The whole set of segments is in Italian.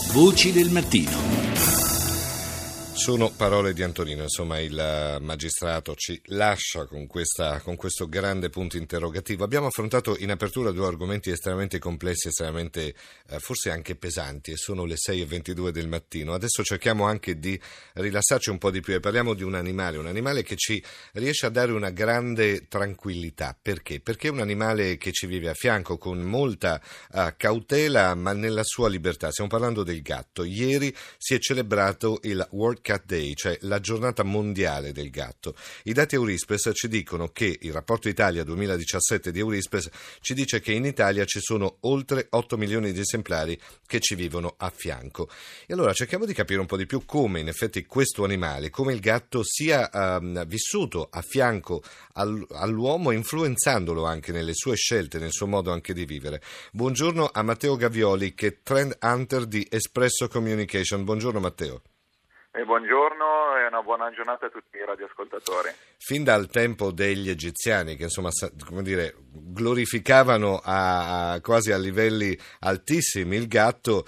Voci del mattino. Sono parole di Antonino, insomma il magistrato ci lascia con questo grande punto interrogativo. Abbiamo affrontato in apertura due argomenti estremamente complessi, estremamente forse anche pesanti, e sono le 6:22 del mattino. Adesso cerchiamo anche di rilassarci un po' di più e parliamo di un animale che ci riesce a dare una grande tranquillità. Perché? Perché è un animale che ci vive a fianco con molta cautela, ma nella sua libertà. Stiamo parlando del gatto. Ieri si è celebrato il World Cat Day, cioè la giornata mondiale del gatto. I dati Eurispes ci dicono che il rapporto Italia 2017 di Eurispes ci dice che in Italia ci sono oltre 8 milioni di esemplari che ci vivono a fianco. E allora cerchiamo di capire un po' di più come in effetti questo animale, come il gatto sia vissuto a fianco all'uomo, influenzandolo anche nelle sue scelte, nel suo modo anche di vivere. Buongiorno a Matteo Gavioli, che è Trend Hunter di Espresso Communication. Buongiorno Matteo. Buongiorno e una buona giornata a tutti i radioascoltatori. Fin dal tempo degli egiziani, che insomma, come dire, glorificavano quasi a livelli altissimi il gatto,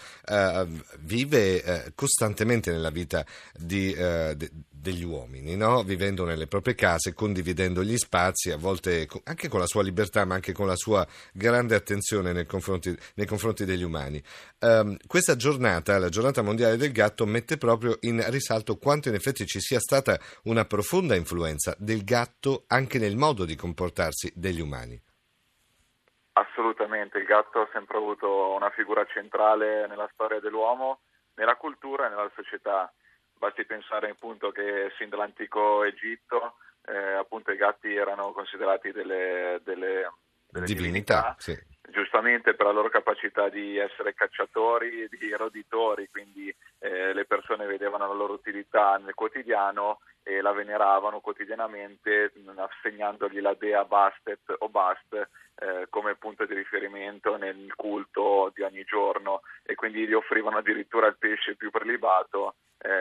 vive costantemente nella vita degli uomini, no? Vivendo nelle proprie case, condividendo gli spazi, a volte anche con la sua libertà, ma anche con la sua grande attenzione nei confronti degli umani. Questa giornata, la giornata mondiale del gatto, mette proprio in risalto quanto in effetti ci sia stata una profonda influenza del gatto anche nel modo di comportarsi degli umani. Assolutamente, il gatto ha sempre avuto una figura centrale nella storia dell'uomo, nella cultura e nella società. Basti pensare appunto che sin dall'antico Egitto appunto i gatti erano considerati delle divinità. Sì. Giustamente per la loro capacità di essere cacciatori, di roditori, quindi le persone vedevano la loro utilità nel quotidiano e la veneravano quotidianamente, assegnandogli la dea Bastet o Bast come punto di riferimento nel culto di ogni giorno, e quindi gli offrivano addirittura il pesce più prelibato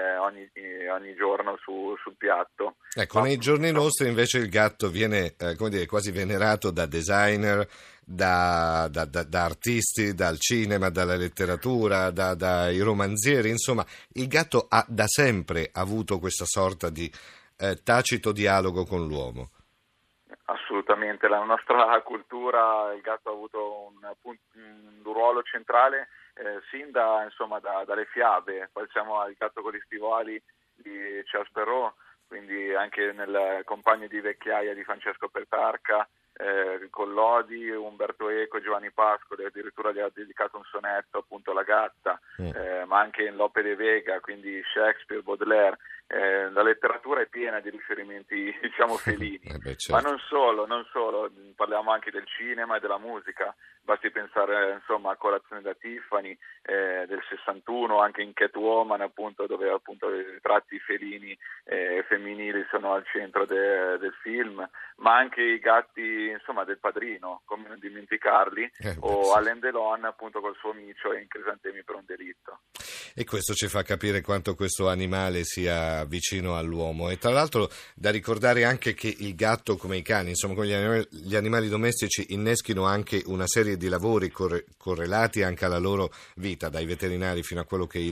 ogni giorno sul piatto. Ecco, nei giorni nostri invece il gatto viene quasi venerato da designer, da artisti, dal cinema, dalla letteratura, dai romanzieri. Insomma, il gatto ha da sempre avuto questa sorta di tacito dialogo con l'uomo. Assolutamente, la nostra cultura, il gatto ha avuto un ruolo centrale sin dalle fiabe. Pensiamo al gatto con gli stivali di Charles Perrault, quindi anche nel Compagno di vecchiaia di Francesco Petrarca, Collodi, Umberto Eco, Giovanni Pascoli addirittura gli ha dedicato un sonetto appunto alla gatta, ma anche in Lope de Vega, quindi Shakespeare, Baudelaire. La letteratura è piena di riferimenti felini, certo. Ma non solo, parliamo anche del cinema e della musica. Basti pensare a Colazione da Tiffany del 61, anche in Catwoman appunto, dove appunto i ritratti felini e femminili sono al centro del film, ma anche i gatti del Padrino, come non dimenticarli, o Alain Delon appunto col suo micio in Crisantemi per un delitto. E questo ci fa capire quanto questo animale sia vicino all'uomo. E tra l'altro da ricordare anche che il gatto, come i cani, insomma come gli animali domestici, inneschino anche una serie di lavori correlati anche alla loro vita, dai veterinari fino a quello che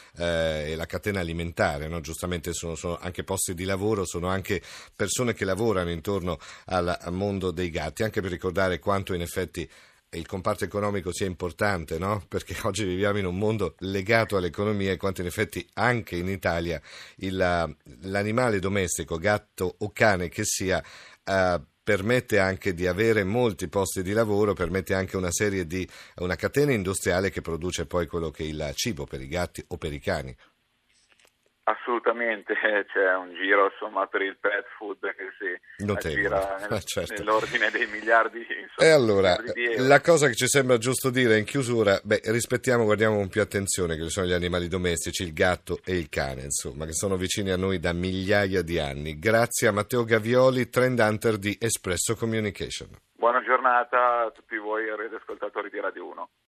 è la catena alimentare, no? Giustamente sono anche posti di lavoro, sono anche persone che lavorano intorno al mondo dei gatti, anche per ricordare quanto in effetti il comparto economico sia importante, no? Perché oggi viviamo in un mondo legato all'economia, e quanto in effetti anche in Italia l'animale domestico, gatto o cane che sia, permette anche di avere molti posti di lavoro, permette anche una catena industriale che produce poi quello che è il cibo per i gatti o per i cani. Assolutamente, c'è un giro per il pet food che si aggira certo, nell'ordine dei miliardi. E allora, di euro. la cosa che ci sembra giusto dire in chiusura, guardiamo con più attenzione che sono gli animali domestici, il gatto e il cane, insomma, che sono vicini a noi da migliaia di anni. Grazie a Matteo Gavioli, Trend Hunter di Espresso Communication. Buona giornata a tutti voi radioascoltatori di Radio 1.